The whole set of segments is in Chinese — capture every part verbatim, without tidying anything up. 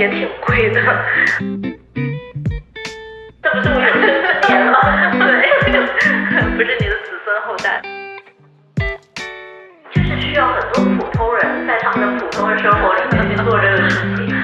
也挺贵的。这不是我有生之年吗？对，不是你的子孙后代。就是需要很多普通人在他们的普通的生活里面去做这个事情。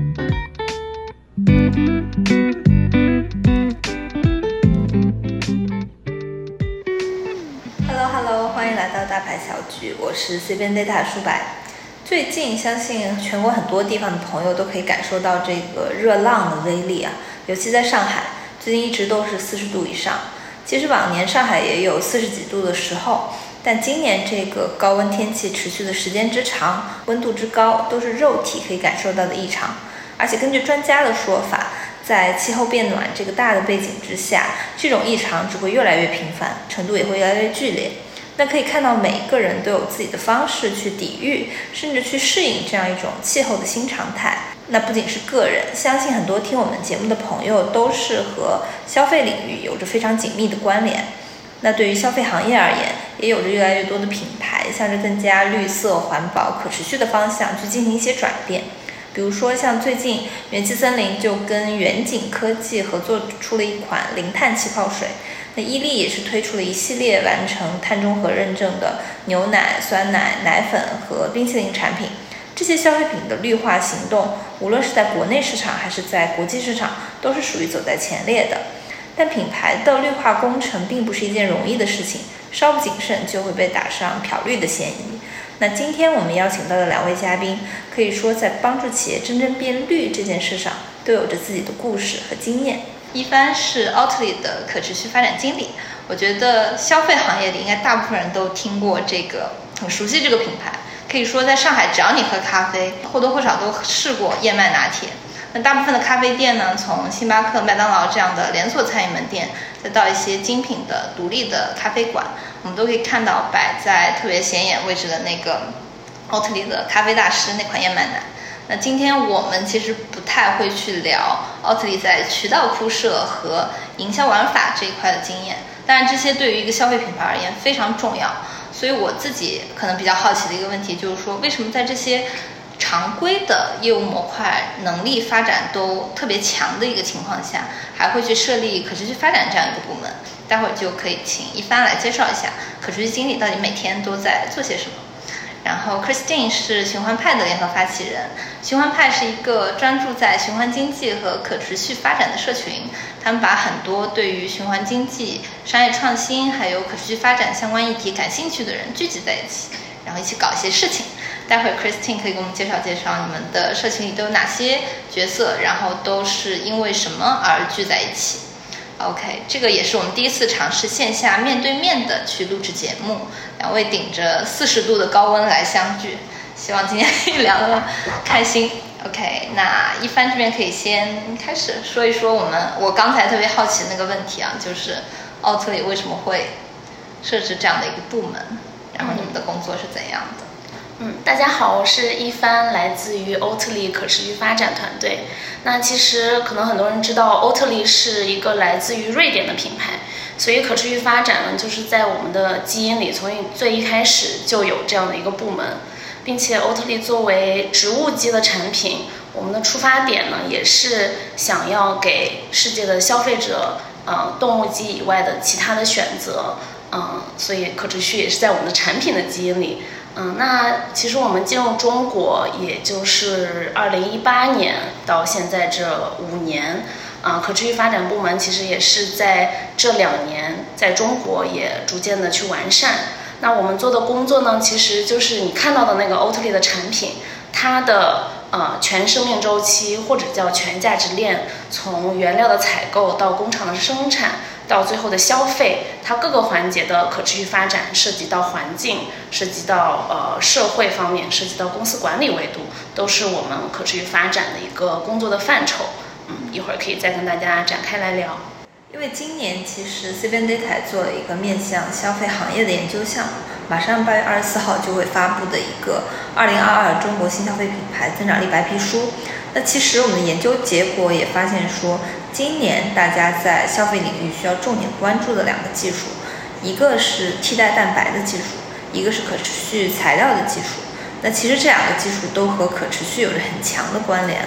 Hello Hello， 欢迎来到大牌小聚，我是 C 边 Data 舒白。最近相信全国很多地方的朋友都可以感受到这个热浪的威力啊，尤其在上海，最近一直都是四十度以上。其实往年上海也有四十几度的时候，但今年这个高温天气持续的时间之长，温度之高，都是肉体可以感受到的异常。而且根据专家的说法，在气候变暖这个大的背景之下，这种异常只会越来越频繁，程度也会越来越剧烈。那可以看到每个人都有自己的方式去抵御，甚至去适应这样一种气候的新常态。那不仅是个人，相信很多听我们节目的朋友都是和消费领域有着非常紧密的关联。那对于消费行业而言，也有着越来越多的品牌向着更加绿色、环保、可持续的方向去进行一些转变。比如说像最近元气森林就跟远景科技合作出了一款零碳气泡水，那伊利也是推出了一系列完成碳中和认证的牛奶、酸奶、奶粉和冰淇淋产品。这些消费品的绿化行动，无论是在国内市场还是在国际市场，都是属于走在前列的。但品牌的绿化工程并不是一件容易的事情，稍不谨慎就会被打上漂绿的嫌疑。那今天我们邀请到的两位嘉宾，可以说在帮助企业真正变绿这件事上，都有着自己的故事和经验。一帆是 Oatly 的可持续发展经理，我觉得消费行业里应该大部分人都听过这个，很熟悉这个品牌。可以说在上海，只要你喝咖啡，或多或少都试过燕麦拿铁。那大部分的咖啡店呢，从星巴克、麦当劳这样的连锁餐饮门店，再到一些精品的独立的咖啡馆，我们都可以看到摆在特别显眼位置的那个奥特利的咖啡大师那款燕麦奶。那今天我们其实不太会去聊奥特利在渠道铺设和营销玩法这一块的经验，当然这些对于一个消费品牌而言非常重要。所以我自己可能比较好奇的一个问题就是说，为什么在这些常规的业务模块能力发展都特别强的一个情况下，还会去设立可持续发展这样一个部门？待会儿就可以请一帆来介绍一下可持续经理到底每天都在做些什么。然后 Christine 是循环派的联合发起人，循环派是一个专注在循环经济和可持续发展的社群，他们把很多对于循环经济、商业创新还有可持续发展相关议题感兴趣的人聚集在一起，然后一起搞一些事情。待会 Christine 可以给我们介绍介绍你们的社群里都有哪些角色，然后都是因为什么而聚在一起。OK， 这个也是我们第一次尝试线下面对面的去录制节目，两位顶着四十度的高温来相聚，希望今天可以聊得开心。OK， 那一帆这边可以先开始说一说我们我刚才特别好奇的那个问题啊，就是奥特利为什么会设置这样的一个部门，然后你们的工作是怎样的？ 嗯，大家好，我是一帆，来自于 Oatly 可持续发展团队。那其实可能很多人知道 Oatly 是一个来自于瑞典的品牌，所以可持续发展呢，就是在我们的基因里，从最一开始就有这样的一个部门，并且 Oatly 作为植物基的产品，我们的出发点呢，也是想要给世界的消费者，呃，动物基以外的其他的选择，嗯、呃，所以可持续也是在我们的产品的基因里。嗯，那其实我们进入中国，也就是二零一八年到现在这五年，啊、呃，可持续发展部门其实也是在这两年在中国也逐渐的去完善。那我们做的工作呢，其实就是你看到的那个 Oatly 的产品，它的呃全生命周期或者叫全价值链，从原料的采购到工厂的生产，到最后的消费，它各个环节的可持续发展，涉及到环境，涉及到呃社会方面，涉及到公司管理维度，都是我们可持续发展的一个工作的范畴。嗯，一会儿可以再跟大家展开来聊。 因为今年其实 C 边 Data 做了一个面向消费行业的研究项目，马上八月二十四号就会发布的一个二零二二中国新消费品牌增长力白皮书。那其实我们的研究结果也发现说，今年大家在消费领域需要重点关注的两个技术，一个是替代蛋白的技术，一个是可持续材料的技术。那其实这两个技术都和可持续有着很强的关联。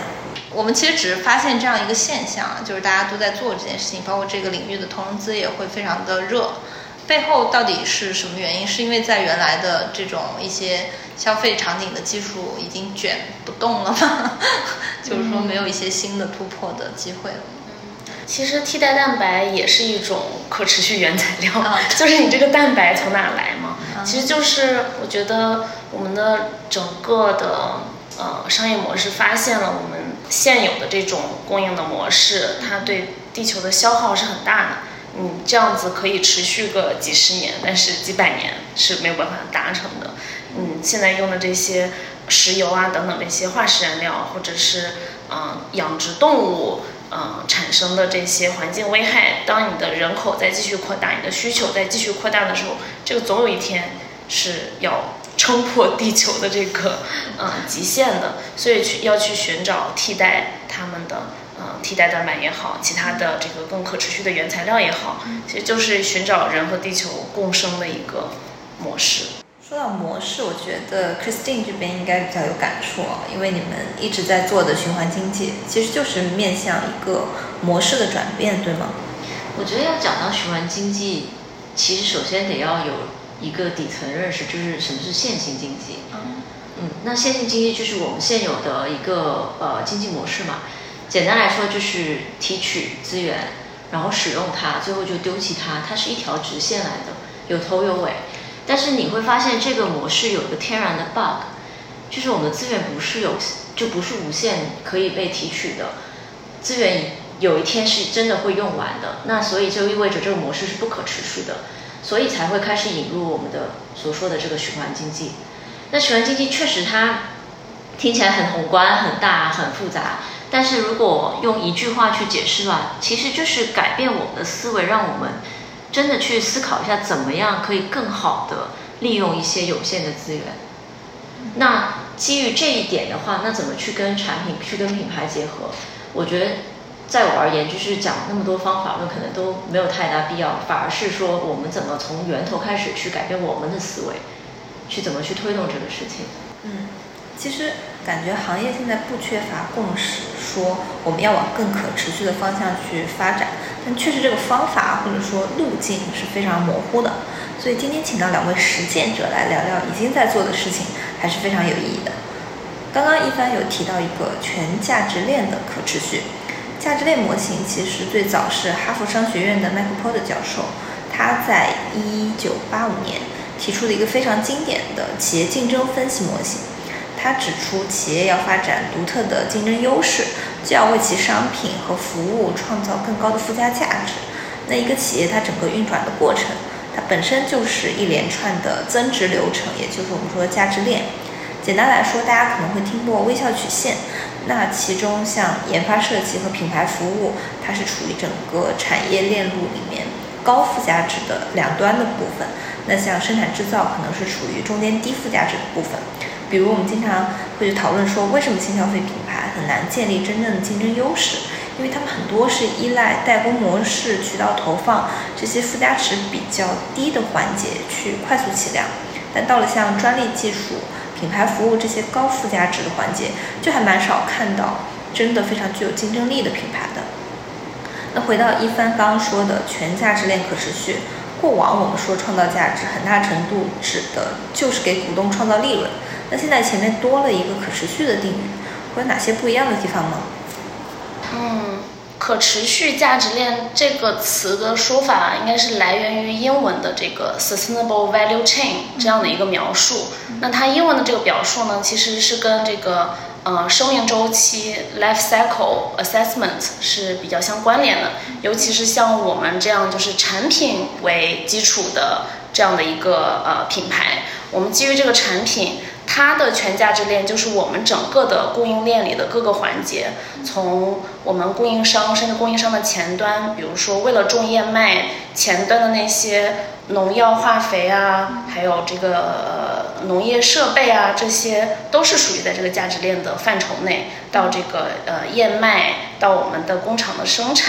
我们其实只是发现这样一个现象，就是大家都在做这件事情，包括这个领域的投融资也会非常的热。背后到底是什么原因？是因为在原来的这种一些消费场景的技术已经卷不动了吗？就是说没有一些新的突破的机会了。 其实替代蛋白也是一种可持续原材料， 啊、 就是你这个蛋白从哪来嘛？ 啊、 其实就是我觉得我们的整个的呃商业模式发现了我们现有的这种供应的模式，它对地球的消耗是很大的。嗯，这样子可以持续个几十年，但是几百年是没有办法达成的。嗯，现在用的这些石油啊等等这些化石燃料，或者是嗯、呃、养殖动物嗯、呃、产生的这些环境危害，当你的人口在继续扩大，你的需求在继续扩大的时候，这个总有一天是要冲破地球的这个嗯、呃、极限的，所以去要去寻找替代他们的。嗯，替代蛋白也好，其他的这个更可持续的原材料也好，其实就是寻找人和地球共生的一个模式。 说到模式，我觉得 Christine 这边应该比较有感触啊，因为你们一直在做的循环经济，其实就是面向一个模式的转变，对吗？ 我觉得要讲到循环经济，其实首先得要有一个底层认识，就是什么是线性经济。嗯嗯，那线性经济就是我们现有的一个呃经济模式嘛。简单来说就是提取资源，然后使用它，最后就丢弃它，它是一条直线来的，有头有尾。但是你会发现这个模式有一个天然的 bug， 就是我们的资源不是有，就不是无限可以被提取的，资源有一天是真的会用完的。那所以就意味着这个模式是不可持续的，所以才会开始引入我们的所说的这个循环经济。那循环经济确实它听起来很宏观、很大、很复杂。但是如果用一句话去解释吧，其实就是改变我们的思维，让我们真的去思考一下，怎么样可以更好的利用一些有限的资源。那基于这一点的话，那怎么去跟产品、去跟品牌结合？我觉得在我而言，就是讲那么多方法论可能都没有太大必要，反而是说我们怎么从源头开始去改变我们的思维，去怎么去推动这个事情。 嗯。其实感觉行业现在不缺乏共识，说我们要往更可持续的方向去发展，但确实这个方法或者说路径是非常模糊的。所以今天请到两位实践者来聊聊已经在做的事情，还是非常有意义的。刚刚一帆有提到一个全价值链的可持续，价值链模型其实最早是哈佛商学院的麦克波德教授，他在一九八五年提出的一个非常经典的企业竞争分析模型。他指出，企业要发展独特的竞争优势，就要为其商品和服务创造更高的附加价值。那一个企业它整个运转的过程，它本身就是一连串的增值流程，也就是我们说的价值链。简单来说，大家可能会听过微笑曲线，那其中像研发设计和品牌服务，它是处于整个产业链路里面高附加值的两端的部分。那像生产制造可能是处于中间低附加值的部分。比如我们经常会去讨论说，为什么轻消费品牌很难建立真正的竞争优势？因为他们很多是依赖代工模式、渠道投放这些附加值比较低的环节去快速起量，但到了像专利技术、品牌服务这些高附加值的环节，就还蛮少看到真的非常具有竞争力的品牌的。那回到一帆刚刚说的全价值链可持续，过往我们说创造价值，很大程度指的就是给股东创造利润。那现在前面多了一个可持续的定义，会有哪些不一样的地方吗？ 嗯，可持续价值链这个词的说法应该是来源于英文的这个 sustainable value chain 这样的一个描述。那它英文的这个表述呢，其实是跟这个呃生命周期 life cycle assessment 是比较相关联的，尤其是像我们这样就是产品为基础的这样的一个呃品牌，我们基于这个产品。它的全价值链就是我们整个的供应链里的各个环节，从我们供应商甚至供应商的前端，比如说为了种燕麦前端的那些农药、化肥啊，还有这个、呃、农业设备啊，这些都是属于在这个价值链的范畴内。到这个呃燕麦，到我们的工厂的生产，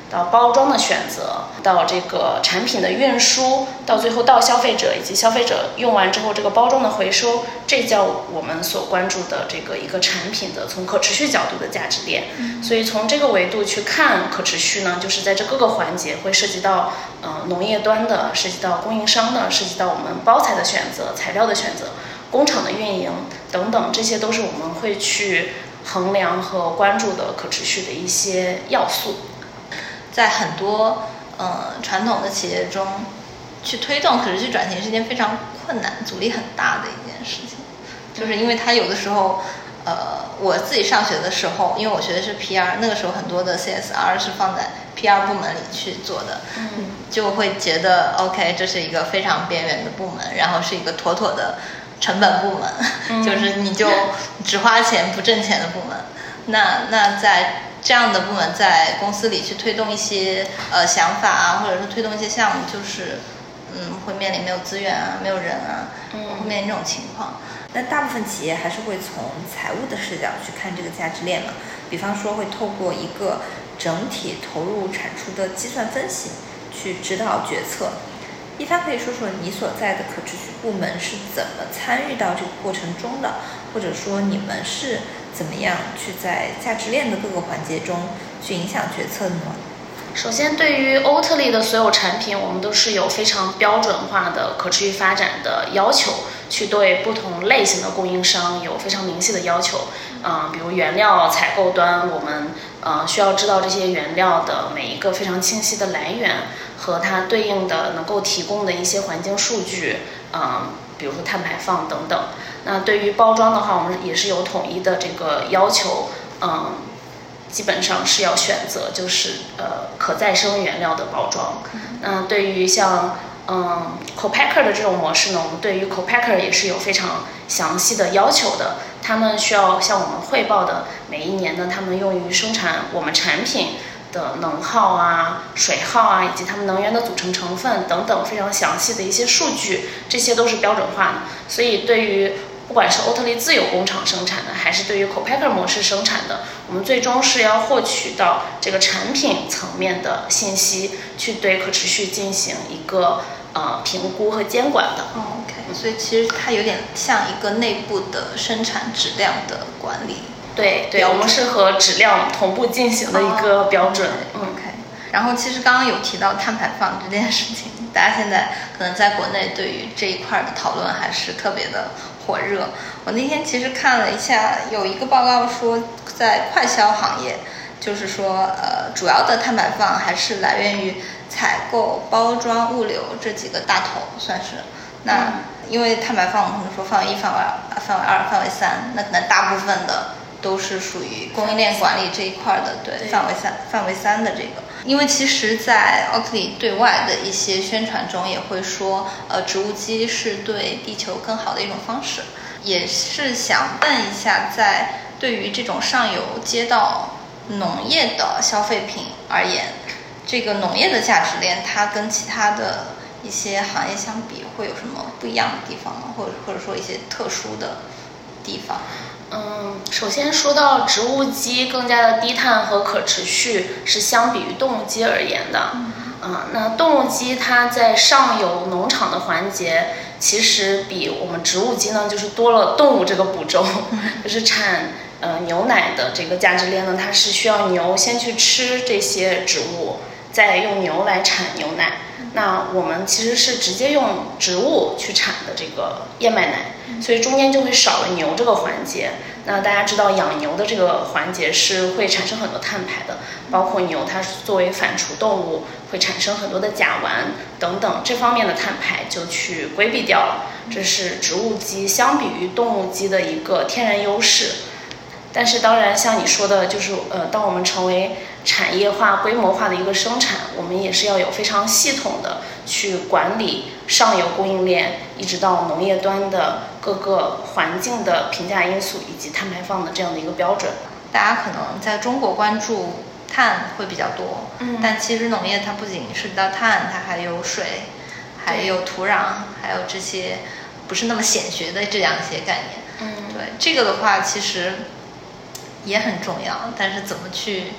到包装的选择，到这个产品的运输，到最后到消费者，以及消费者用完之后这个包装的回收，这叫我们所关注的这个一个产品的从可持续角度的价值链。嗯、所以从这个维度去看可持续呢，就是在这各个环节会涉及到呃农业端的，涉及到供应商的，涉及到我们包材的选择、材料的选择、工厂的运营等等，这些都是我们会去衡量和关注的可持续的一些要素。 在很多呃传统的企业中，去推动可持续转型是一件非常困难、阻力很大的一件事情，就是因为它有的时候，呃，我自己上学的时候，因为我学的是 P R， 那个时候很多的 C S R 是放在 P R 部门里去做的，嗯，就会觉得 OK， 这是一个非常边缘的部门，然后是一个妥妥的成本部门，嗯、就是你就只花钱不挣钱的部门。那那在这样的部门在公司里去推动一些呃想法啊，或者说推动一些项目，就是嗯会面临没有资源啊，没有人啊，嗯，会面临这种情况。那大部分企业还是会从财务的视角去看这个价值链嘛，比方说会透过一个整体投入产出的计算分析去指导决策。一帆可以说说你所在的可持续部门是怎么参与到这个过程中的，或者说你们是怎么样去在价值链的各个环节中去影响决策的呢？ 首先，对于欧特利的所有产品，我们都是有非常标准化的可持续发展的要求，去对不同类型的供应商有非常明细的要求。嗯、呃，比如原料采购端，我们呃需要知道这些原料的每一个非常清晰的来源和它对应的能够提供的一些环境数据，嗯、呃，比如说碳排放等等。那对于包装的话，我们也是有统一的这个要求，嗯。基本上是要选择就是呃可再生原料的包装。那、呃、对于像嗯 co-packer 的这种模式呢，我们对于 co-packer 也是有非常详细的要求的。他们需要向我们汇报的每一年呢，他们用于生产我们产品的能耗啊、水耗啊，以及他们能源的组成成分等等非常详细的一些数据，这些都是标准化的。所以对于不管是欧特利自有工厂生产的，还是对于 co-packer 模式生产的，我们最终是要获取到这个产品层面的信息，去对可持续进行一个呃评估和监管的。 哦 OK， 所以其实它有点像一个内部的生产质量的管理。 对对，我们是和质量同步进行的一个标准。 哦、OK， 然后其实刚刚有提到碳排放这件事情，大家现在可能在国内对于这一块的讨论还是特别的火热。我那天其实看了一下，有一个报告说，在快消行业，就是说，呃，主要的碳排放还是来源于采购、包装、物流这几个大头，算是。那因为碳排放可能说范围一、范围二、范围二、范围三，那可能大部分的都是属于供应链管理这一块的，对，范围三、范围三的这个。因为其实在奥特利对外的一些宣传中也会说，呃，植物基是对地球更好的一种方式。也是想问一下，在对于这种上游接到农业的消费品而言，这个农业的价值链它跟其他的一些行业相比会有什么不一样的地方吗？或者或者说一些特殊的地方？ 嗯，首先说到植物基更加的低碳和可持续，是相比于动物基而言的。嗯，呃、那动物基它在上游农场的环节，其实比我们植物基呢，就是多了动物这个步骤，就是产呃牛奶的这个价值链呢，它是需要牛先去吃这些植物，再用牛来产牛奶。那我们其实是直接用植物去产的这个燕麦奶，所以中间就会少了牛这个环节。那大家知道养牛的这个环节是会产生很多碳排的，包括牛它作为反刍动物会产生很多的甲烷等等，这方面的碳排就去规避掉了。这是植物基相比于动物基的一个天然优势。但是当然像你说的，就是呃，当我们成为产业化规模化的一个生产，我们也是要有非常系统的去管理上游供应链一直到农业端的各个环境的评价因素以及碳排放的这样的一个标准。 大家可能在中国关注碳会比较多，嗯，但其实农业它不仅涉及到碳，它还有水，还有土壤，还有这些不是那么显学的这样一些概念。嗯，对，这个的话其实也很重要，但是怎么去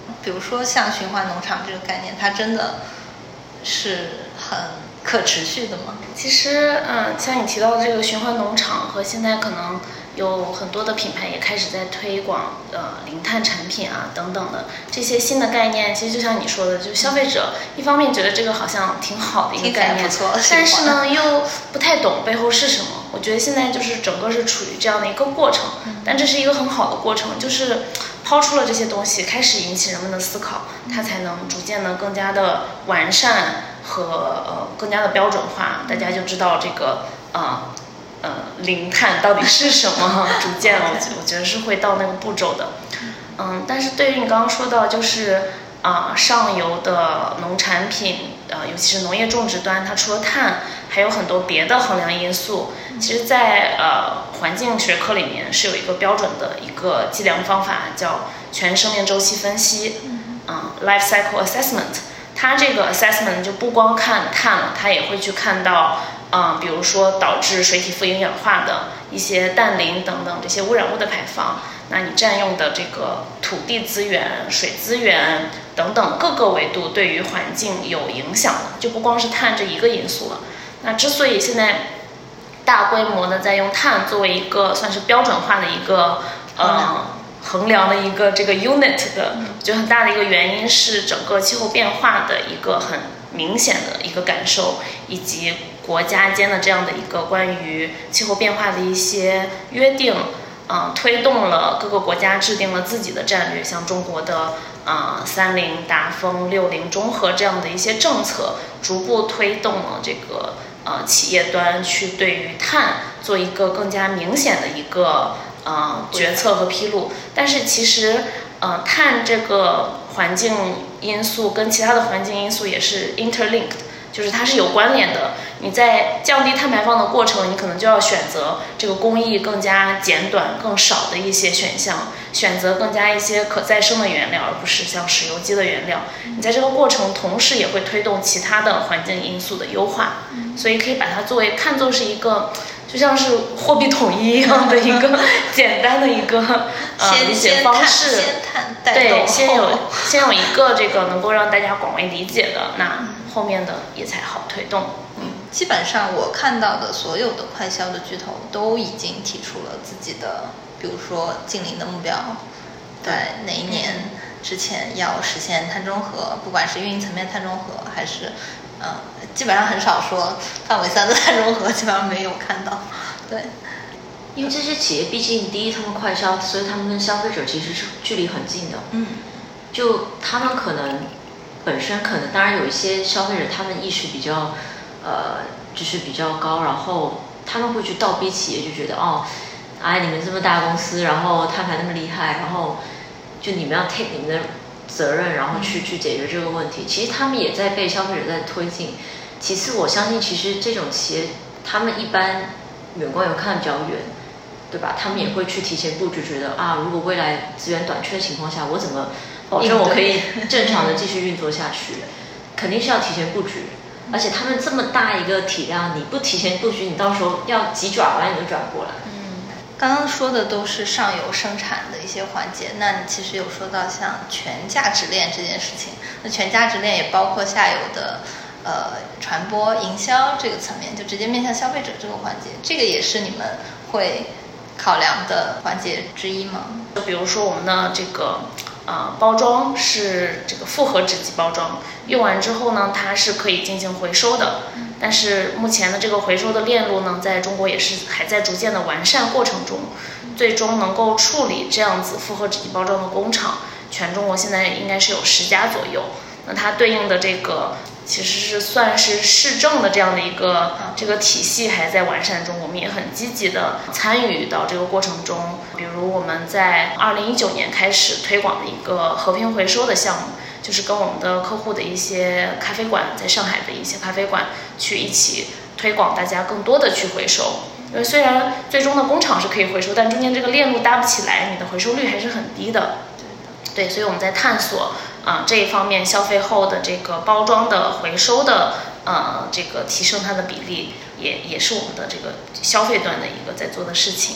比如说像循环农场这个概念，它真的是很可持续的吗？ 其实，嗯，像你提到的这个循环农场和现在可能有很多的品牌也开始在推广呃零碳产品啊等等的这些新的概念，其实就像你说的，就消费者一方面觉得这个好像挺好的一个概念， 不错， 但是呢又不太懂背后是什么。我觉得现在就是整个是处于这样的一个过程，但这是一个很好的过程，就是抛出了这些东西，开始引起人们的思考，它才能逐渐的更加的完善和呃更加的标准化，大家就知道这个呃呃零碳到底是什么，逐渐我我觉得是会到那个步骤的。嗯，但是对于你刚刚说到就是啊、呃、上游的农产品，呃尤其是农业种植端，它除了碳还有很多别的衡量因素。其实在呃环境学科里面是有一个标准的一个计量方法，叫全生命周期分析，嗯 life cycle assessment。它这个 assessment 就不光看碳了，它也会去看到嗯比如说导致水体富营氧化的一些氮磷等等这些污染物的排放，那你占用的这个土地资源、水资源等等各个维度对于环境有影响的，就不光是碳这一个因素了。那之所以现在大规模的在用碳作为一个算是标准化的一个呃衡量的一个这个 unit 的，我觉得很大的一个原因是整个气候变化的一个很明显的一个感受，以及国家间的这样的一个关于气候变化的一些约定，嗯、呃，推动了各个国家制定了自己的战略，像中国的呃三零达峰、六零中和这样的一些政策，逐步推动了这个呃企业端去对于碳做一个更加明显的一个呃决策和披露。但是其实呃碳这个环境因素跟其他的环境因素也是 interlinked， 就是它是有关联的。你在降低碳排放的过程，你可能就要选择这个工艺更加简短更少的一些选项，选择更加一些可再生的原料，而不是像石油基的原料。你在这个过程同时也会推动其他的环境因素的优化，所以可以把它作为看作是一个就像是货币统一一样的一个简单的一个呃理解方式。 先碳带动对，先有先有一个这个能够让大家广为理解的，那后面的也才好推动。 嗯，基本上我看到的所有的快消的巨头都已经提出了自己的，比如说净零的目标，在哪一年之前要实现碳中和，不管是运营层面碳中和，还是嗯，基本上很少说范围三的碳中和，基本上没有看到。对， 因为这些企业毕竟第一他们快消，所以他们跟消费者其实是距离很近的。 嗯， 就他们可能本身可能当然有一些消费者他们意识比较呃就是比较高，然后他们会去倒逼企业，就觉得哦，哎你们这么大公司，然后碳排那么厉害，然后就你们要 take 你们的责任，然后去去解决这个问题。其实他们也在被消费者在推进。其次，我相信其实这种企业，他们一般眼光有看比较远，对吧？他们也会去提前布局，觉得啊，如果未来资源短缺的情况下，我怎么保证我可以正常的继续运作下去？肯定是要提前布局。而且他们这么大一个体量，你不提前布局，你到时候要急转弯你都转不过来。 刚刚说的都是上游生产的一些环节，那你其实有说到像全价值链这件事情，那全价值链也包括下游的呃传播、营销这个层面，就直接面向消费者这个环节，这个也是你们会考量的环节之一吗？ 就比如说我们的这个呃包装是这个复合纸基包装，用完之后呢，它是可以进行回收的。但是目前的这个回收的链路呢，在中国也是还在逐渐的完善过程中，最终能够处理这样子复合纸基包装的工厂，全中国现在应该是有十家左右。那它对应的这个其实是算是市政的这样的一个这个体系还在完善中，我们也很积极的参与到这个过程中。比如我们在二零一九年开始推广的一个和平回收的项目，就是跟我们的客户的一些咖啡馆，在上海的一些咖啡馆去一起推广，大家更多的去回收。因为虽然最终的工厂是可以回收，但中间这个链路搭不起来，你的回收率还是很低的。对，所以我们在探索啊、呃、这一方面消费后的这个包装的回收的呃这个提升它的比例，也也是我们的这个消费端的一个在做的事情。 那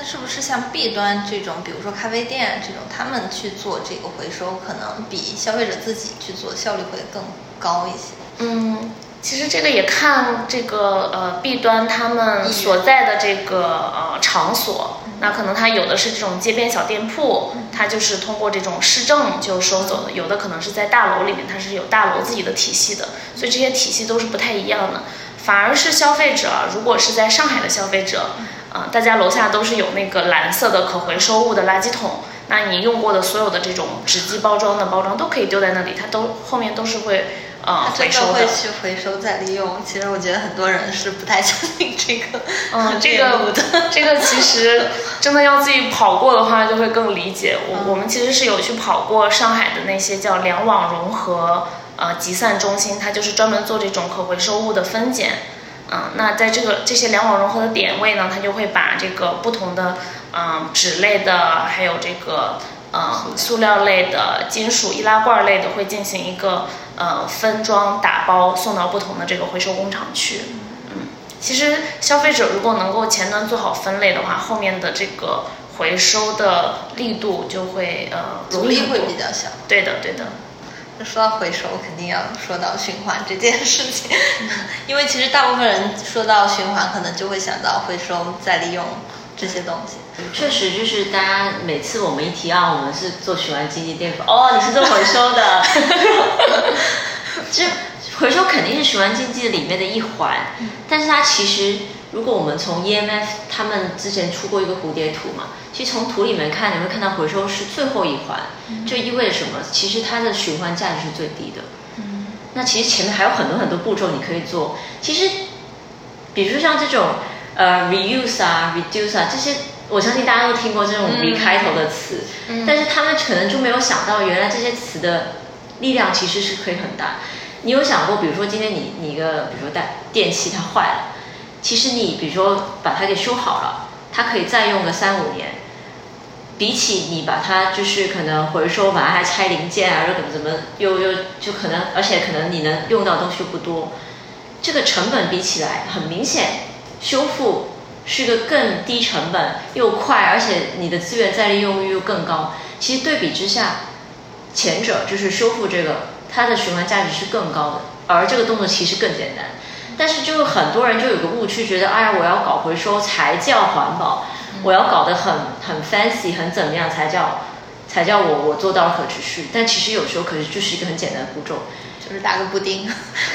那是不是像 B 端这种，比如说咖啡店这种，他们去做这个回收，可能比消费者自己去做效率会更高一些？ 嗯，其实这个也看这个呃 B 端他们所在的这个呃场所，那可能它有的是这种街边小店铺，它就是通过这种市政就收走的，有的可能是在大楼里面，它是有大楼自己的体系的，所以这些体系都是不太一样的。反而是消费者，如果是在上海的消费者，呃，大家楼下都是有那个蓝色的可回收物的垃圾桶，那你用过的所有的这种纸基包装的包装都可以丢在那里，它都后面都是会呃回收的。 会去回收再利用。其实我觉得很多人是不太相信这个。 嗯，这个这个其实真的要自己跑过的话，就会更理解。我、嗯、我们其实是有去跑过上海的那些叫两网融合呃集散中心，它就是专门做这种可回收物的分拣。嗯，那在这个这些两网融合的点位呢，它就会把这个不同的嗯纸类的，还有这个呃塑料类的、金属易拉罐类的，会进行一个呃分装打包，送到不同的这个回收工厂去。嗯，其实消费者如果能够前端做好分类的话，后面的这个回收的力度就会呃阻力会比较小。 对的，对的。 那说到回收，肯定要说到循环这件事情，因为其实大部分人说到循环，可能就会想到回收再利用这些东西。 确实，就是大家每次我们一提啊，我们是做循环经济店，哦，你是做回收的，这回收肯定是循环经济里面的一环，但是它其实，如果我们从 E M F 他们之前出过一个蝴蝶图嘛，其实从图里面看，你会看到回收是最后一环，这意味着什么？其实它的循环价值是最低的。嗯，那其实前面还有很多很多步骤你可以做。其实，比如说像这种呃 reuse 啊、reduce 啊这些，我相信大家都听过这种 re 开头的词，嗯、但是他们可能就没有想到，原来这些词的力量其实是可以很大。你有想过，比如说今天你你一个，比如说带电器它坏了，其实你比如说把它给修好了，它可以再用个三五年。比起你把它就是可能回收，把它还拆零件啊，又怎么怎么又又就可能，而且可能你能用到的东西又不多，这个成本比起来很明显，修复是个更低成本又快，而且你的资源再利用率又更高。其实对比之下，前者就是修复这个，它的循环价值是更高的，而这个动作其实更简单。但是就很多人就有个误区，觉得哎呀，我要搞回收才叫环保。我要搞得很很 fancy 很怎么样才叫才叫我我做到可持续，但其实有时候可是就是一个很简单的步骤， 就是打个布丁。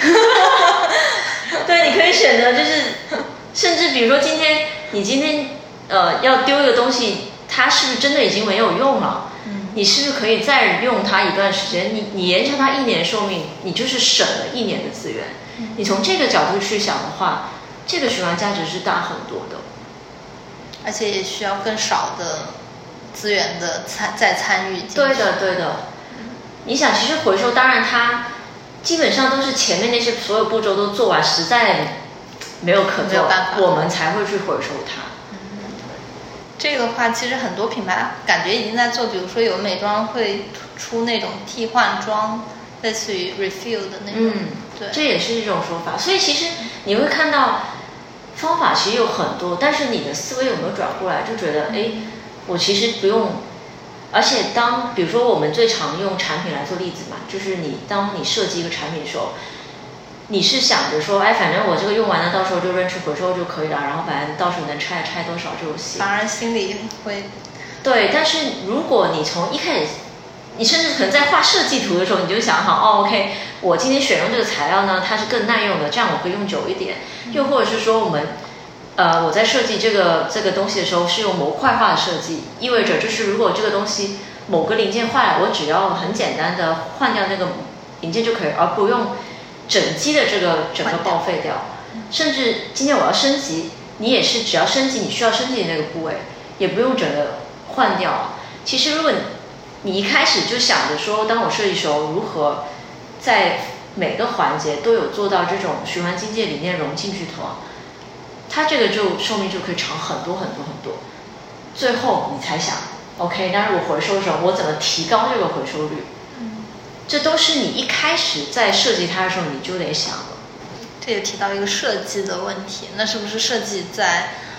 对，你可以选择就是，甚至比如说今天你今天呃要丢一个东西，它是不是真的已经没有用了？嗯，你是不是可以再用它一段时间？你你延长它一年寿命，你就是省了一年的资源。嗯，你从这个角度去想的话，这个循环价值是大很多的。 而且也需要更少的资源的参再参与进去。 对的，对的。你想，其实回收当然它基本上都是前面那些所有步骤都做完，实在没有可做， 没有办法， 我们才会去回收它。 嗯，这个的话，其实很多品牌感觉已经在做，比如说有美妆会出那种替换装，类似于 refill 的那种。嗯，对， 这也是一种说法。所以其实你会看到。方法其实有很多，但是你的思维有没有转过来，就觉得哎，我其实不用，而且当比如说我们最常用产品来做例子嘛，就是你当你设计一个产品的时候，你是想着说，哎，反正我这个用完了，到时候就扔去回收就可以了，然后反正到时候能拆拆多少就行。 反而心里会， 对，但是如果你从一开始。你甚至可能在画设计图的时候，你就想好哦 ，OK， 我今天选用这个材料呢，它是更耐用的，这样我可以用久一点。又或者是说，我们，呃，我在设计这个这个东西的时候是用模块化的设计，意味着就是如果这个东西某个零件坏了，我只要很简单的换掉那个零件就可以，而不用整机的这个整个报废掉。甚至今天我要升级，你也是只要升级你需要升级的那个部位，也不用整个换掉。其实如果你你一开始就想着说，当我设计时候如何在每个环节都有做到这种循环经济理念融进去的话，它这个就寿命就可以长很多很多很多。最后你才想 ，OK， 那如果回收的时候，我怎么提高这个回收率？嗯，这都是你一开始在设计它的时候你就得想的。 这也提到一个设计的问题，那是不是设计在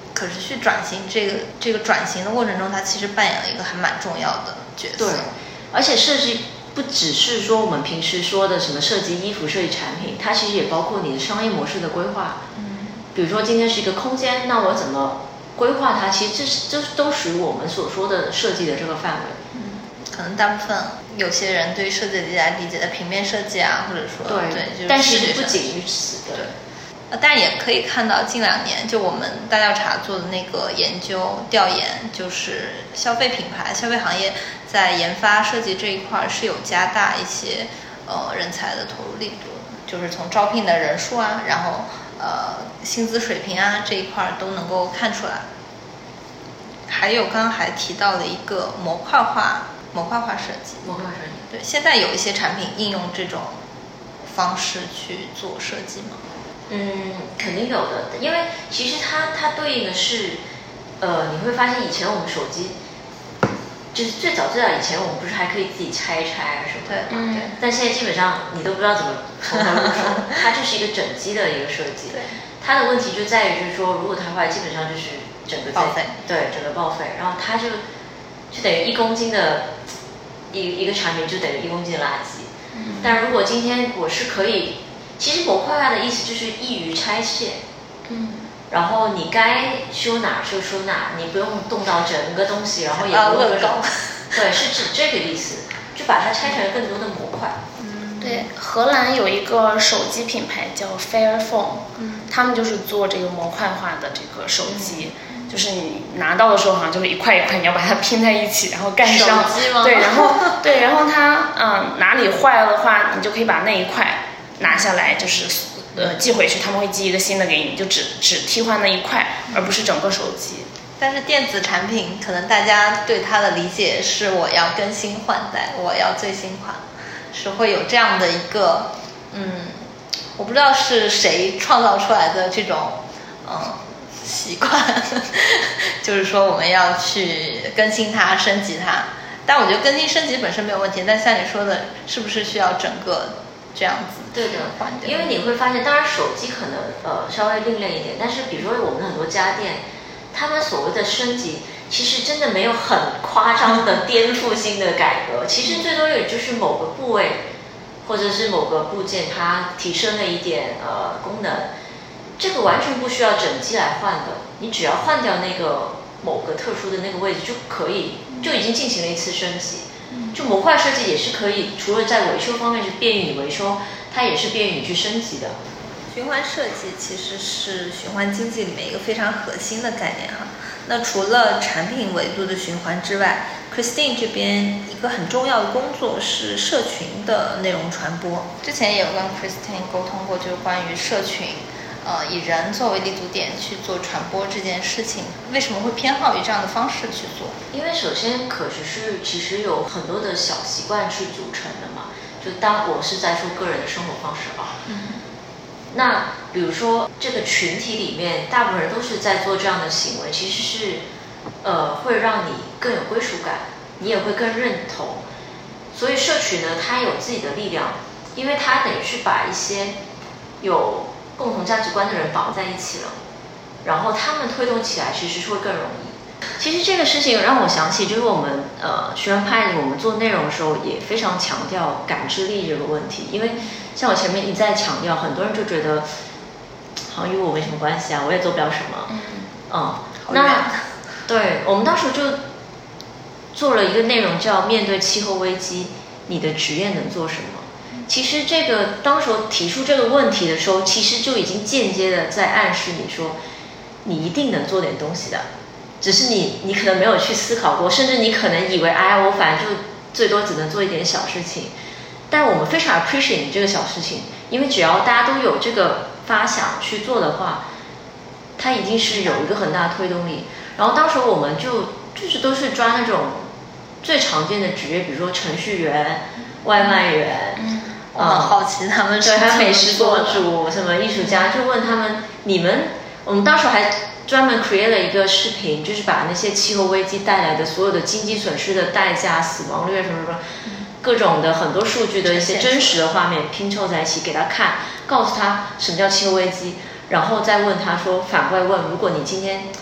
可持续转型这个这个转型的过程中，它其实扮演了一个还蛮重要的角色。 对，而且设计不只是说我们平时说的什么设计衣服、设计产品，它其实也包括你的商业模式的规划。嗯，比如说今天是一个空间，那我怎么规划它？其实这是这都属于我们所说的设计的这个范围。 嗯，可能大部分有些人对设计理解理解的平面设计啊，或者说对对，就是但是不仅于此。 对。呃，但也可以看到近两年就我们大调查做的那个研究调研，就是消费品牌、消费行业在研发设计这一块是有加大一些呃人才的投入力度，就是从招聘的人数啊，然后呃薪资水平啊这一块都能够看出来。还有刚刚还提到了一个模块化模块化设计， 模块化设计， 对，现在有一些产品应用这种方式去做设计吗？ 嗯，肯定有的，因为其实它它对应的是，呃，你会发现以前我们手机，就是最早最早以前我们不是还可以自己拆一拆啊什么的， 对，嗯， 但现在基本上你都不知道怎么从头入手，它就是一个整机的一个设计， 对， 它的问题就在于就是说，如果它坏，基本上就是整个报废， 对，整个报废，然后它就就等于一公斤的一一个产品就等于一公斤的垃圾，嗯，但如果今天我是可以。其实模块化的意思就是易于拆卸，嗯，然后你该修哪就修哪，你不用动到整个东西，然后也不用各种，对，是指这个意思，就把它拆成更多的模块。 嗯，对，荷兰有一个手机品牌叫 Fairphone，嗯，他们就是做这个模块化的这个手机。嗯，就是你拿到的时候好像就是一块一块，你要把它拼在一起，然后盖上。 手机吗？ 对，然后对，然后它嗯哪里坏了的话，你就可以把那一块拿下来，就是呃寄回去，他们会寄一个新的给你，就只只替换那一块，而不是整个手机。 但是电子产品可能大家对它的理解是我要更新换代，我要最新款，是会有这样的一个嗯，我不知道是谁创造出来的这种嗯习惯，就是说我们要去更新它、升级它。但我觉得更新升级本身没有问题，但像你说的，是不是需要整个这样子？ 对的，因为你会发现，当然手机可能呃稍微另类一点，但是比如说我们很多家电，他们所谓的升级，其实真的没有很夸张的颠覆性的改革，其实最多也就是某个部位或者是某个部件它提升了一点呃功能，这个完全不需要整机来换的，你只要换掉那个某个特殊的那个位置就可以，就已经进行了一次升级。就模块设计也是可以，除了在维修方面是便于你维修，它也是便于你去升级的。 循环设计其实是循环经济里面一个非常核心的概念哈。那除了产品维度的循环之外 ，Christine 这边一个很重要的工作是社群的内容传播。之前也有跟 Christine 沟通过，就是关于社群，呃，以人作为立足点去做传播这件事情，为什么会偏好于这样的方式去做？ 因为首先可持续其实有很多的小习惯是组成的嘛，就当我是在说个人的生活方式啊。嗯。那比如说这个群体里面，大部分人都是在做这样的行为，其实是，呃，会让你更有归属感，你也会更认同。所以社群呢，它有自己的力量，因为它等于是把一些有共同价值观的人绑在一起了，然后他们推动起来，其实是会更容易。其实这个事情让我想起，就是我们呃学院派我们做内容的时候，也非常强调感知力这个问题，因为像我前面一再强调，很多人就觉得好像与我没什么关系啊，我也做不了什么。嗯，嗯，那对我们当时就做了一个内容叫面对气候危机，你的职业能做什么？其实这个当时提出这个问题的时候，其实就已经间接的在暗示你说，你一定能做点东西的，只是你你可能没有去思考过，甚至你可能以为，哎呀，我反正就最多只能做一点小事情。但我们非常 appreciate 你这个小事情，因为只要大家都有这个发想去做的话，它已经是有一个很大的推动力。然后当时我们就就是都是抓那种最常见的职业，比如说程序员、外卖员。嗯， 我很好奇他们是对，还有美食博主、什么艺术家，就问他们，你们，我们当时还专门 create 了一个视频，就是把那些气候危机带来的所有的经济损失的代价、死亡率什么什么，各种的很多数据的一些真实的画面拼凑在一起给他看，告诉他什么叫气候危机，然后再问他说，反过来问，如果你今天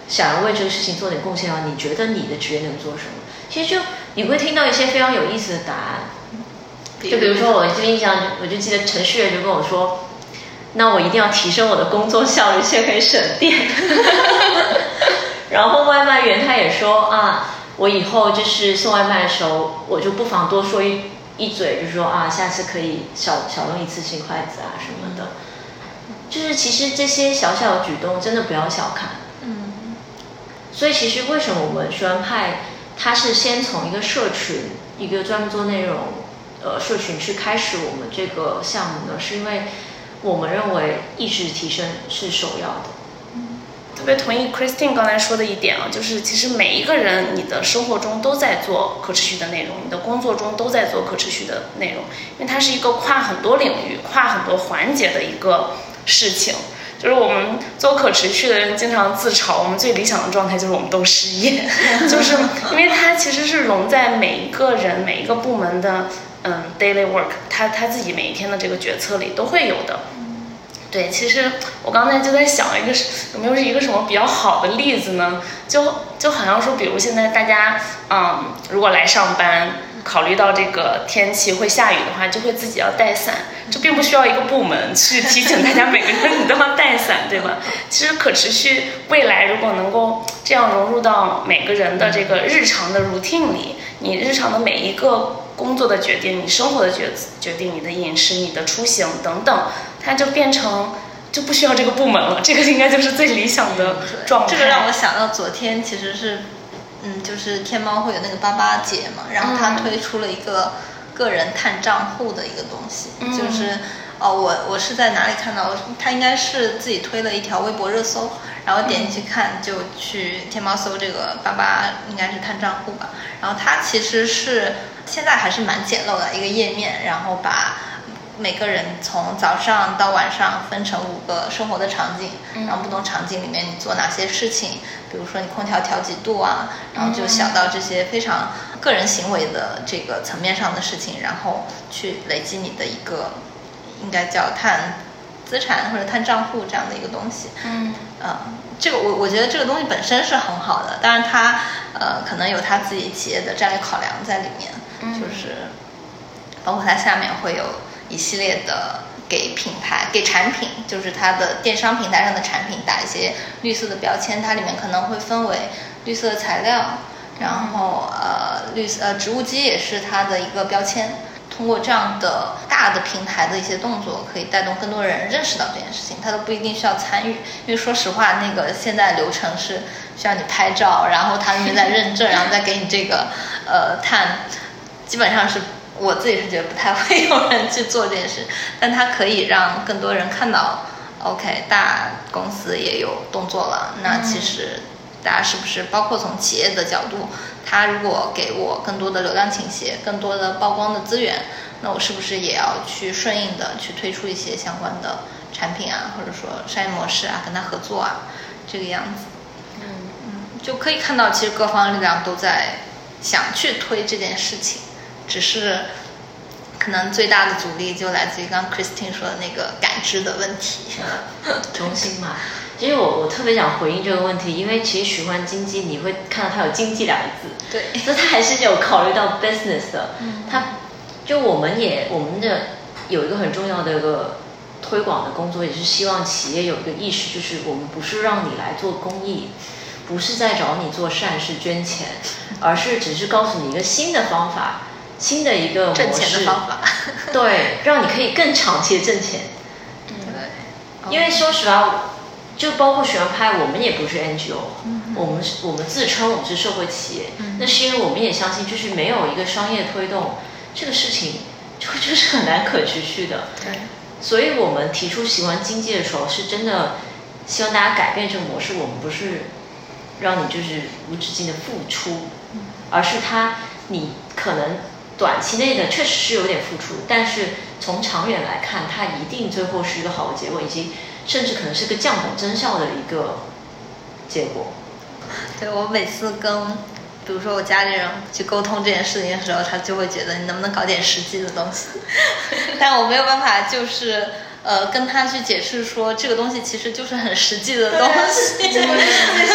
想要为这个事情做点贡献的话，你觉得你的职业能做什么？其实就你会听到一些非常有意思的答案。就比如说我这边印象，我就记得程序员就跟我说，那我一定要提升我的工作效率，先可以省电。然后外卖员他也说啊，我以后就是送外卖的时候，我就不妨多说一一嘴，就是说啊，下次可以少少用一次性筷子啊什么的。就是其实这些小小的举动真的不要小看。 嗯。 所以其实为什么我们学完派，它是先从一个社群，一个专门做内容，呃，社群去开始我们这个项目呢？是因为我们认为意识提升是首要的。 特别同意 Christine 刚才说的一点啊，就是其实每一个人你的生活中都在做可持续的内容，你的工作中都在做可持续的内容，因为它是一个跨很多领域、跨很多环节的一个事情。就是我们做可持续的人经常自嘲，我们最理想的状态就是我们都失业，就是因为它其实是融在每一个人、每一个部门的嗯 daily work， 他他自己每一天的这个决策里都会有的。对，其实我刚才就在想一个有没有一个什么比较好的例子呢？就就好像说，比如现在大家嗯，如果来上班，考虑到这个天气会下雨的话，就会自己要带伞。这并不需要一个部门去提醒大家每个人你都要带伞，对吧？其实可持续未来如果能够这样融入到每个人的这个日常的 routine 里，你日常的每一个工作的决定，你生活的决决定，你的饮食、你的出行等等，它就变成就不需要这个部门了。这个应该就是最理想的状态。 这个让我想到昨天其实是，嗯，就是天猫会有那个八八节嘛，然后它推出了一个个人碳账户的一个东西， 嗯、 就是哦，我我是在哪里看到？他应该是自己推了一条微博热搜，然后点进去看，就去天猫搜这个八八，应该是碳账户吧。然后它其实是现在还是蛮简陋的一个页面，然后把每个人从早上到晚上分成五个生活的场景，然后不同场景里面你做哪些事情，比如说你空调调几度啊，然后就小到这些非常个人行为的这个层面上的事情，然后去累积你的一个应该叫碳资产或者碳账户这样的一个东西。 嗯， 呃，这个我我觉得这个东西本身是很好的，当然它呃可能有它自己企业的战略考量在里面， 嗯、 就是包括它下面会有一系列的给品牌、给产品，就是它的电商平台上的产品打一些绿色的标签，它里面可能会分为绿色的材料，然后呃绿色呃植物基也是它的一个标签。通过这样的大的平台的一些动作，可以带动更多人认识到这件事情，他都不一定需要参与。因为说实话，那个现在流程是需要你拍照，然后他那边再认证，然后再给你这个呃碳，基本上是我自己是觉得不太会有人去做这件事，但它可以让更多人看到 ，OK， 大公司也有动作了，那其实大家是不是包括从企业的角度，他如果给我更多的流量倾斜，更多的曝光的资源，那我是不是也要去顺应的去推出一些相关的产品啊，或者说商业模式啊，跟他合作啊，这个样子。 嗯嗯，就可以看到其实各方力量都在想去推这件事情，只是可能最大的阻力就来自于刚刚 Christine 说的那个感知的问题。 中心嘛。其实我我特别想回应这个问题，因为其实循环经济你会看到它有经济两个字， 对， 所以它还是有考虑到 business 的。 嗯， 它就我们也我们的有一个很重要的一个推广的工作，也是希望企业有一个意识，就是我们不是让你来做公益，不是在找你做善事捐钱，而是只是告诉你一个新的方法，新的一个模式， 挣钱的方法， 对，让你可以更长期的挣钱。 对， 因为说实话。就包括学完拍，我们也不是 N G O，、 嗯、 我们是我们自称我们是社会企业， 嗯、 那是因为我们也相信，就是没有一个商业推动，这个事情就就是很难可持续的。 对， 所以我们提出循环经济的时候，是真的希望大家改变这个模式。我们不是让你就是无止境的付出， 嗯、 而是它你可能短期内的确实是有点付出，但是从长远来看，它一定最后是一个好的结果，以及甚至可能是个降本增效的一个结果。 对，我每次跟比如说我家里人去沟通这件事情的时候，他就会觉得你能不能搞点实际的东西但我没有办法就是呃跟他去解释说这个东西其实就是很实际的东西， 这么太实际了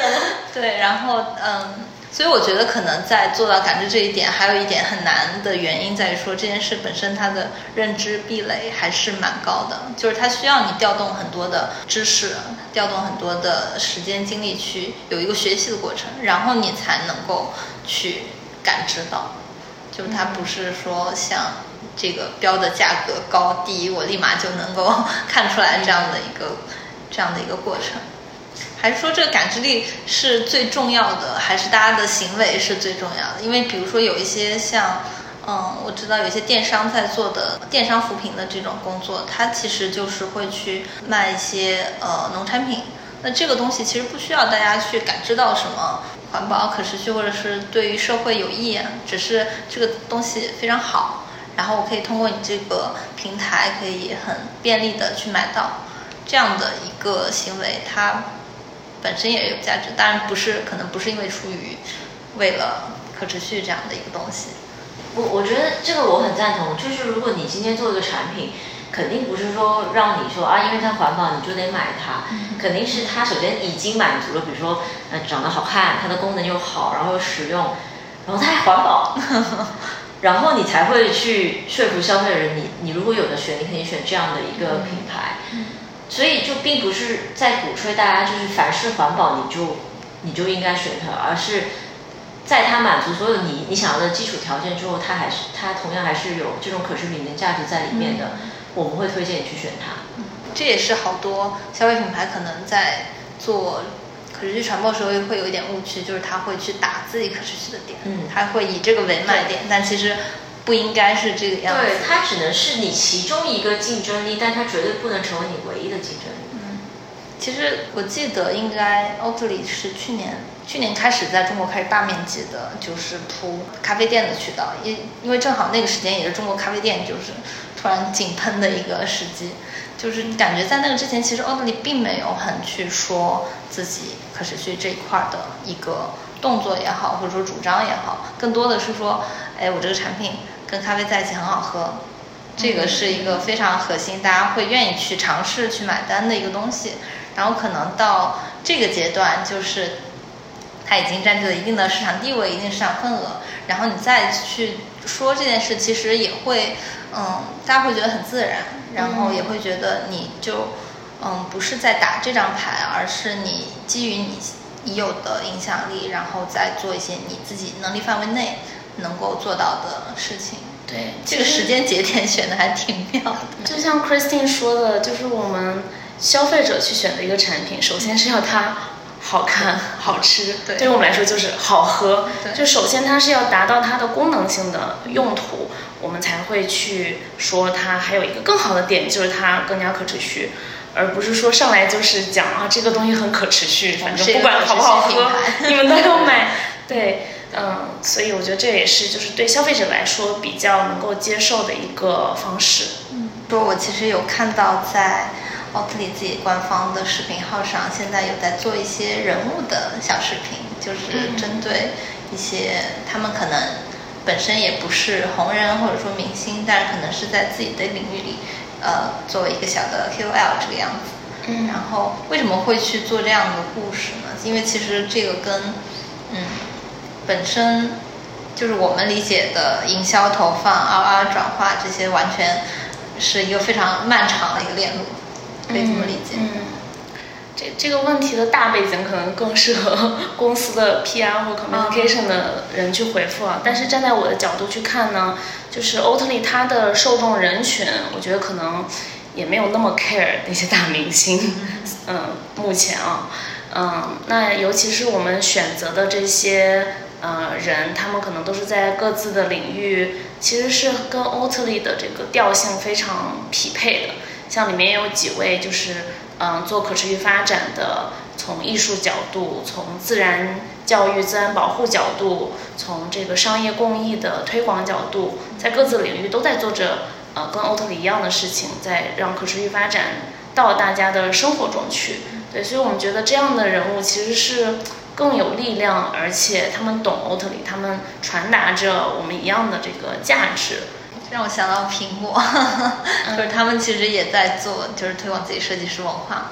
对，然后嗯，所以我觉得可能在做到感知这一点，还有一点很难的原因在于说，这件事本身它的认知壁垒还是蛮高的，就是它需要你调动很多的知识，调动很多的时间精力去有一个学习的过程，然后你才能够去感知到，就它不是说像这个标的价格高低，我立马就能够看出来这样的一个这样的一个过程。还是说这个感知力是最重要的，还是大家的行为是最重要的？因为比如说有一些像，嗯，我知道有一些电商在做的电商扶贫的这种工作，它其实就是会去卖一些呃农产品。那这个东西其实不需要大家去感知到什么环保、可持续或者是对于社会有益，只是这个东西非常好，然后我可以通过你这个平台可以很便利的去买到，这样的一个行为，它本身也有价值，当然不是，可能不是因为出于为了可持续这样的一个东西。 我我觉得这个我很赞同，就是如果你今天做一个产品，肯定不是说让你说啊，因为它环保你就得买它，嗯、肯定是它首先已经满足了，比如说呃长得好看，它的功能又好，然后又实用，然后它还环保，然后你才会去说服消费者，你你如果有的选，你肯定选这样的一个品牌。嗯嗯所以就并不是在鼓吹大家就是凡是环保你就你就应该选它，而是在它满足所有你你想要的基础条件之后，它还是它同样还是有这种可持续的价值在里面的，嗯、我们会推荐你去选它。 嗯、这也是好多消费品牌可能在做可持续传播的时候会有一点误区，就是他会去打自己可持续的点，嗯，他会以这个为卖点，但其实不应该是这个样子。 对，它只能是你其中一个竞争力，但它绝对不能成为你唯一的竞争力。 嗯，其实我记得应该欧特里是去年去年开始在中国开始大面积的，就是铺咖啡店的渠道，因因为正好那个时间也是中国咖啡店就是突然井喷的一个时机，就是感觉在那个之前，其实欧特里并没有很去说自己可持续这一块的一个动作也好，或者说主张也好，更多的是说，哎，我这个产品跟咖啡在一起很好喝，这个是一个非常核心，大家会愿意去尝试去买单的一个东西。然后可能到这个阶段，就是它已经占据了一定的市场地位、一定市场份额，然后你再去说这件事，其实也会，嗯，大家会觉得很自然，然后也会觉得你就，嗯，不是在打这张牌，而是你基于你已有的影响力，然后再做一些你自己能力范围内能够做到的事情。 对， 这个时间节点选的还挺妙的。 就像 Christine 说的，就是我们消费者去选择一个产品，首先是要它好看、好吃， 对， 对于我们来说就是好喝。就首先它是要达到它的功能性的用途，我们才会去说它还有一个更好的点，就是它更加可持续。而不是说上来就是讲啊，这个东西很可持续，反正不管好不好喝，你们都要买。对，嗯，所以我觉得这也是就是对消费者来说比较能够接受的一个方式。 嗯，说我其实有看到在奥特里自己官方的视频号上，现在有在做一些人物的小视频，就是针对一些他们可能本身也不是红人或者说明星，但是可能是在自己的领域里。呃，作为一个小的 K O L 这个样子，嗯，然后为什么会去做这样的故事呢？因为其实这个跟嗯本身就是我们理解的营销投放、R R 转化这些，完全是一个非常漫长的一个链路，可以这么理解。 嗯，嗯这这个问题的大背景可能更适合公司的 P R 或 communication 的人去回复啊。但是站在我的角度去看呢，就是欧特里它的受众人群，我觉得可能也没有那么 care 那些大明星。嗯，目前啊，嗯，那尤其是我们选择的这些呃人，他们可能都是在各自的领域，其实是跟欧特里的这个调性非常匹配的。像里面有几位就是嗯做可持续发展的，从艺术角度，从自然教育、自然保护角度，从这个商业公益的推广角度，在各自领域都在做着呃跟欧特里一样的事情，在让可持续发展到大家的生活中去。对，所以我们觉得这样的人物其实是更有力量，而且他们懂欧特里，他们传达着我们一样的这个价值。 让我想到苹果，就是他们其实也在做，就是推广自己设计师文化。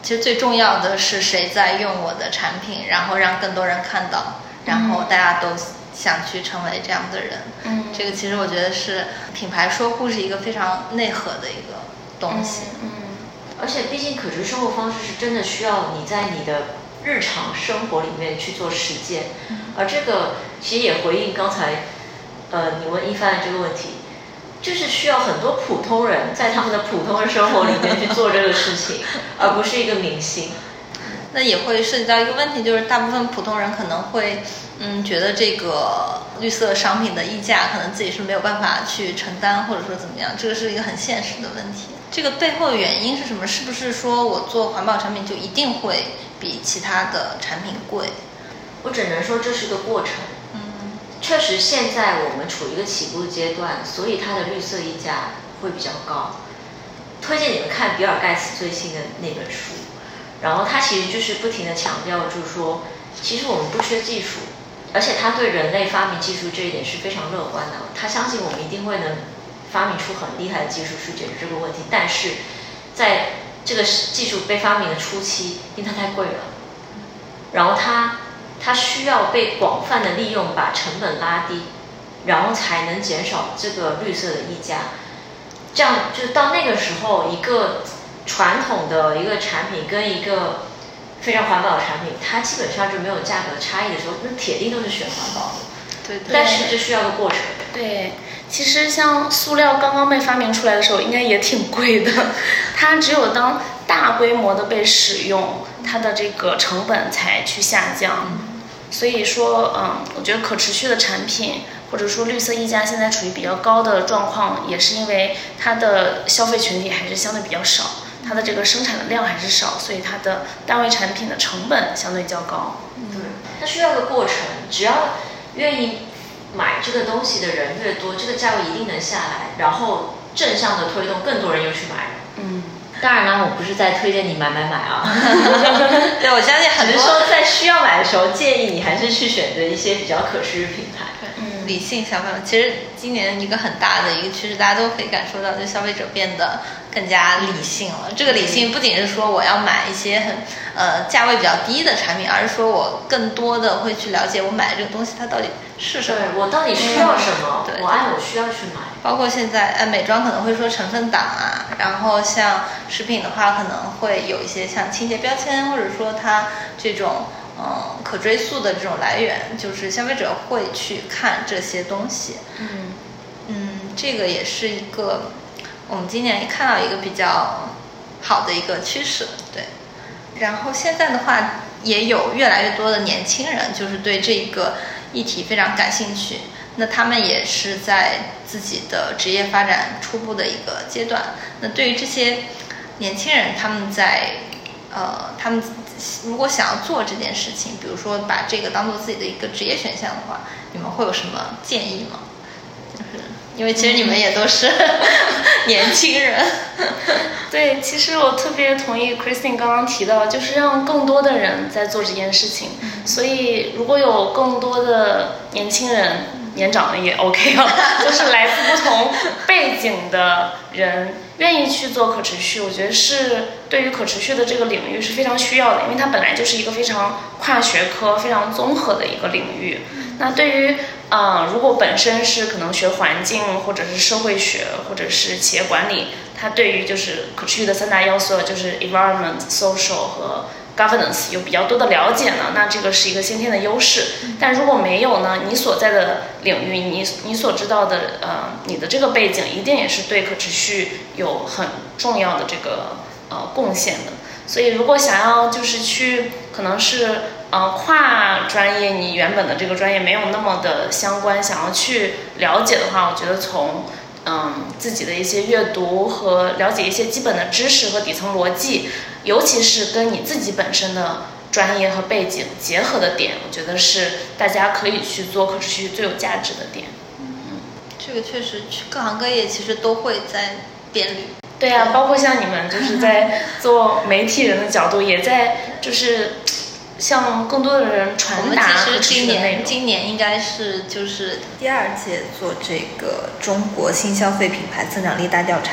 其实最重要的是谁在用我的产品，然后让更多人看到，然后大家都想去成为这样的人。 嗯， 这个其实我觉得是品牌说故事一个非常内核的一个东西。 嗯， 而且毕竟可持续生活方式是真的需要你在你的日常生活里面去做实践，嗯、而这个其实也回应刚才呃你问一帆这个问题，就是需要很多普通人在他们的普通的生活里面去做这个事情，而不是一个明星。 那也会涉及到一个问题，就是大部分普通人可能会，嗯，觉得这个绿色商品的溢价可能自己是没有办法去承担，或者说怎么样，这个是一个很现实的问题。这个背后的原因是什么？是不是说我做环保产品就一定会比其他的产品贵？ 我只能说这是个过程。嗯，确实现在我们处于一个起步阶段，所以它的绿色溢价会比较高。推荐你们看比尔盖茨最新的那本书。然后他其实就是不停地强调，就是说，其实我们不缺技术，而且他对人类发明技术这一点是非常乐观的。他相信我们一定会能发明出很厉害的技术去解决这个问题。但是，在这个技术被发明的初期，因为它太贵了，然后它它需要被广泛的利用，把成本拉低，然后才能减少这个绿色的溢价。这样就到那个时候，一个传统的一个产品跟一个非常环保的产品，它基本上就没有价格差异的时候，那铁定都是选环保的。 对对。 但是这需要个过程。 对，其实像塑料刚刚被发明出来的时候，应该也挺贵的。它只有当大规模的被使用，它的这个成本才去下降。嗯、所以说，嗯，我觉得可持续的产品，或者说绿色溢价现在处于比较高的状况，也是因为它的消费群体还是相对比较少。它的这个生产的量还是少，所以它的单位产品的成本相对较高。 对，它需要个过程，只要愿意买这个东西的人越多，这个价位一定能下来，然后正向的推动更多人又去买。嗯，当然了，我不是在推荐你买买买啊。 对，我相信很多。 只是说在需要买的时候，建议你还是去选择一些比较可持续品牌。 嗯，理性消费。其实今年一个很大的一个趋势，大家都可以感受到，就消费者变得更加理性了。这个理性不仅是说我要买一些很呃价位比较低的产品，而是说我更多的会去了解我买的这个东西它到底是什么， 对我到底需要什么， 对， 我按我需要去买。 包括现在呃美妆可能会说成分党啊，然后像食品的话可能会有一些像清洁标签，或者说它这种嗯可追溯的这种来源，就是消费者会去看这些东西。嗯嗯，这个也是一个我们今年也看到一个比较好的一个趋势。对，然后现在的话也有越来越多的年轻人就是对这个议题非常感兴趣，那他们也是在自己的职业发展初步的一个阶段。那对于这些年轻人，他们在呃他们如果想要做这件事情，比如说把这个当做自己的一个职业选项的话，你们会有什么建议吗？就是因为其实你们也都是年轻人。 对，其实我特别同意 Christine 刚刚提到，就是让更多的人在做这件事情。嗯、所以如果有更多的年轻人，年长的也 OK 啊，就是来自不同背景的人愿意去做可持续，我觉得是对于可持续的这个领域是非常需要的，因为它本来就是一个非常跨学科、非常综合的一个领域。那对于呃，如果本身是可能学环境或者是社会学或者是企业管理，它对于就是可持续的三大要素，就是 environment、social 和 governance 有比较多的了解呢，那这个是一个先天的优势。但如果没有呢，你所在的领域，你你所知道的呃，你的这个背景一定也是对可持续有很重要的这个呃贡献的。所以如果想要就是去可能是呃跨专业，你原本的这个专业没有那么的相关，想要去了解的话，我觉得从嗯自己的一些阅读和了解一些基本的知识和底层逻辑，尤其是跟你自己本身的专业和背景结合的点，我觉得是大家可以去做可持续最有价值的点。 嗯，这个确实各行各业其实都会在变绿。 对啊，包括像你们就是在做媒体人的角度，也在就是向更多的人传达可持续的内容。 今年应该是就是第二届做这个中国新消费品牌增长力大调查，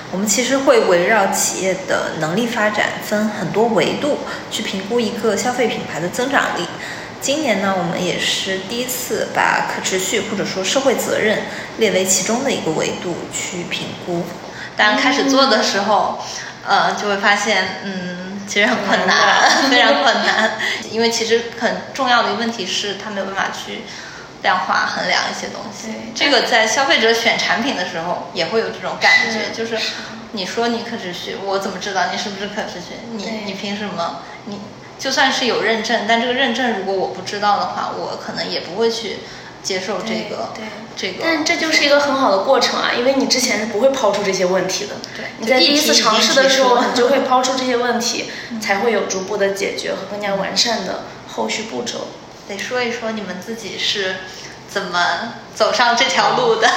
我们其实会围绕企业的能力发展分很多维度去评估一个消费品牌的增长力。今年呢，我们也是第一次把可持续或者说社会责任列为其中的一个维度去评估。当然，开始做的时候，呃，就会发现，嗯，其实很困难，非常困难，因为其实很重要的一个问题是，它没有办法去量化衡量一些东西。这个在消费者选产品的时候也会有这种感觉，就是你说你可持续，我怎么知道你是不是可持续？你你凭什么？你就算是有认证，但这个认证如果我不知道的话，我可能也不会去接受这个对这个。 但这就是一个很好的过程啊，因为你之前是不会抛出这些问题的。 对， 你在第一次尝试的时候，你就会抛出这些问题，才会有逐步的解决和更加完善的后续步骤。 得说一说你们自己是怎么走上这条路的？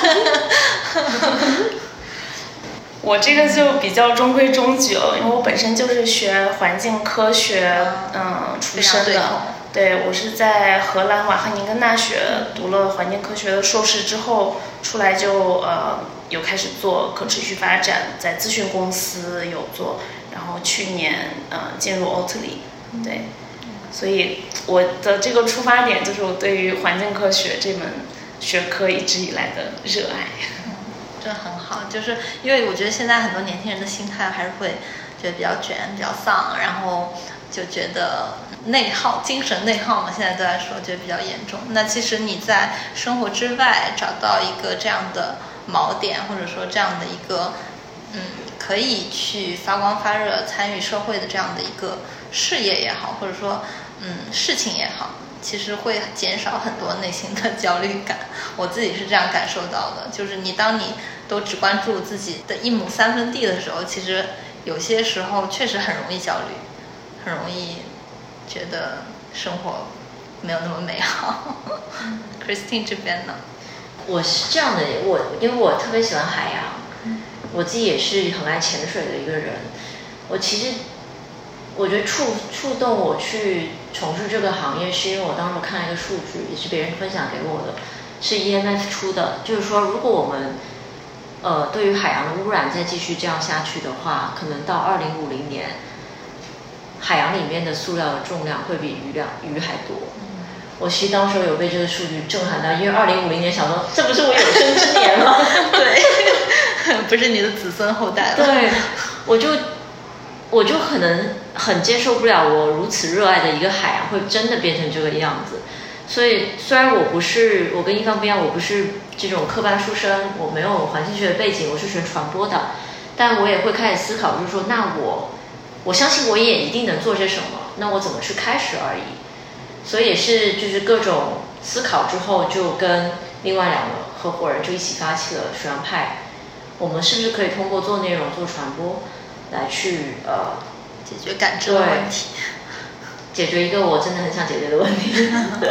我这个就比较中规中矩了，因为我本身就是学环境科学，嗯，出身的。对，我是在荷兰瓦赫宁根大学读了环境科学的硕士之后，出来就呃有开始做可持续发展，在咨询公司有做，然后去年呃进入 Oatly， 对，所以我的这个出发点就是我对于环境科学这门学科一直以来的热爱。 这很好，就是因为我觉得现在很多年轻人的心态还是会觉得比较卷、比较丧，然后就觉得内耗、精神内耗嘛，现在都在说，觉得比较严重。那其实你在生活之外找到一个这样的锚点，或者说这样的一个嗯，可以去发光发热、参与社会的这样的一个事业也好，或者说嗯事情也好，其实会减少很多内心的焦虑感。我自己是这样感受到的，就是你当你都只关注自己的一亩三分地的时候，其实有些时候确实很容易焦虑，很容易觉得生活没有那么美好。Christine 这边呢？ 我是这样的，我因为我特别喜欢海洋，我自己也是很爱潜水的一个人。我其实我觉得触触动我去从事这个行业，是因为我当时看了一个数据，也是别人分享给我的，是 E M F 出的，就是说如果我们呃对于海洋的污染再继续这样下去的话，可能到二零五零年，海洋里面的塑料的重量会比鱼量鱼还多。我其实当时有被这个数据震撼到，因为二零五零年想说，这不是我有生之年吗？ 对，不是你的子孙后代了。 对，我就我就可能很接受不了，我如此热爱的一个海洋会真的变成这个样子。所以虽然我不是，我跟一方不一样，我不是这种科班出身，我没有环境学的背景，我是学传播的，但我也会开始思考，就是说，那我我相信我也一定能做些什么，那我怎么去开始而已。所以也是就是各种思考之后，就跟另外两个合伙人就一起发起了水洋派。我们是不是可以通过做内容、做传播，来去呃解决感知的问题， 解决一个我真的很想解决的问题。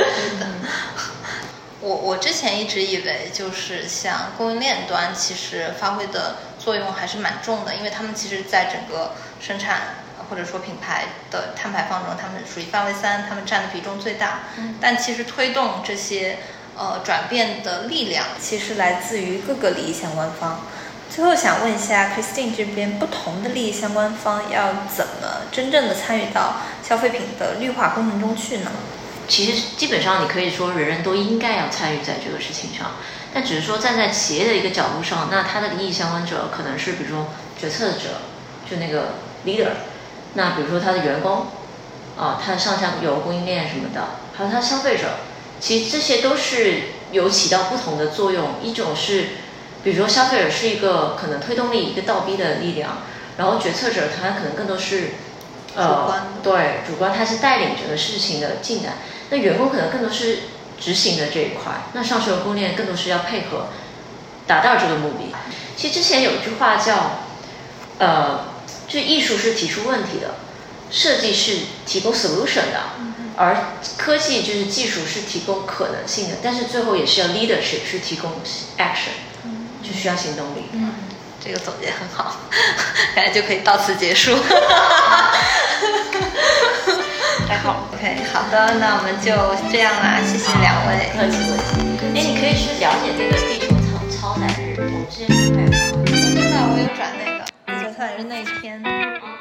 我我之前一直以为就是像供应链端，其实发挥的作用还是蛮重的，因为他们其实在整个生产或者说品牌的碳排放中，他们属于范围三，他们占的比重最大。嗯、但其实推动这些呃转变的力量，其实来自于各个利益相关方。最后想问一下 Christine 这边，不同的利益相关方要怎么真正的参与到消费品的绿化工程中去呢？ 其实基本上你可以说人人都应该要参与在这个事情上，但只是说站在企业的一个角度上，那他的利益相关者可能是比如说决策者，就那个 leader， 那比如说他的员工，啊，他的上下游供应链什么的，还有他的消费者，其实这些都是有起到不同的作用。一种是，比如说消费者是一个可能推动力一个倒逼的力量，然后决策者他可能更多是。呃，对，主观他是带领整个事情的进展，那员工可能更多是执行的这一块，那上游供应链更多是要配合达到这个目的。其实之前有一句话叫，呃，就是艺术是提出问题的，设计是提供 solution 的，而科技就是技术是提供可能性的，但是最后也是要 leadership 是提供 action， 就需要行动力。 嗯，这个总结很好，感觉就可以到此结束。 还好 ，OK， 好的，那我们就这样啦，谢谢两位。 客气客气。哎，你可以去了解那个地球超超载日，我们之前上海有。 我知道，我有转那个。 反正那天。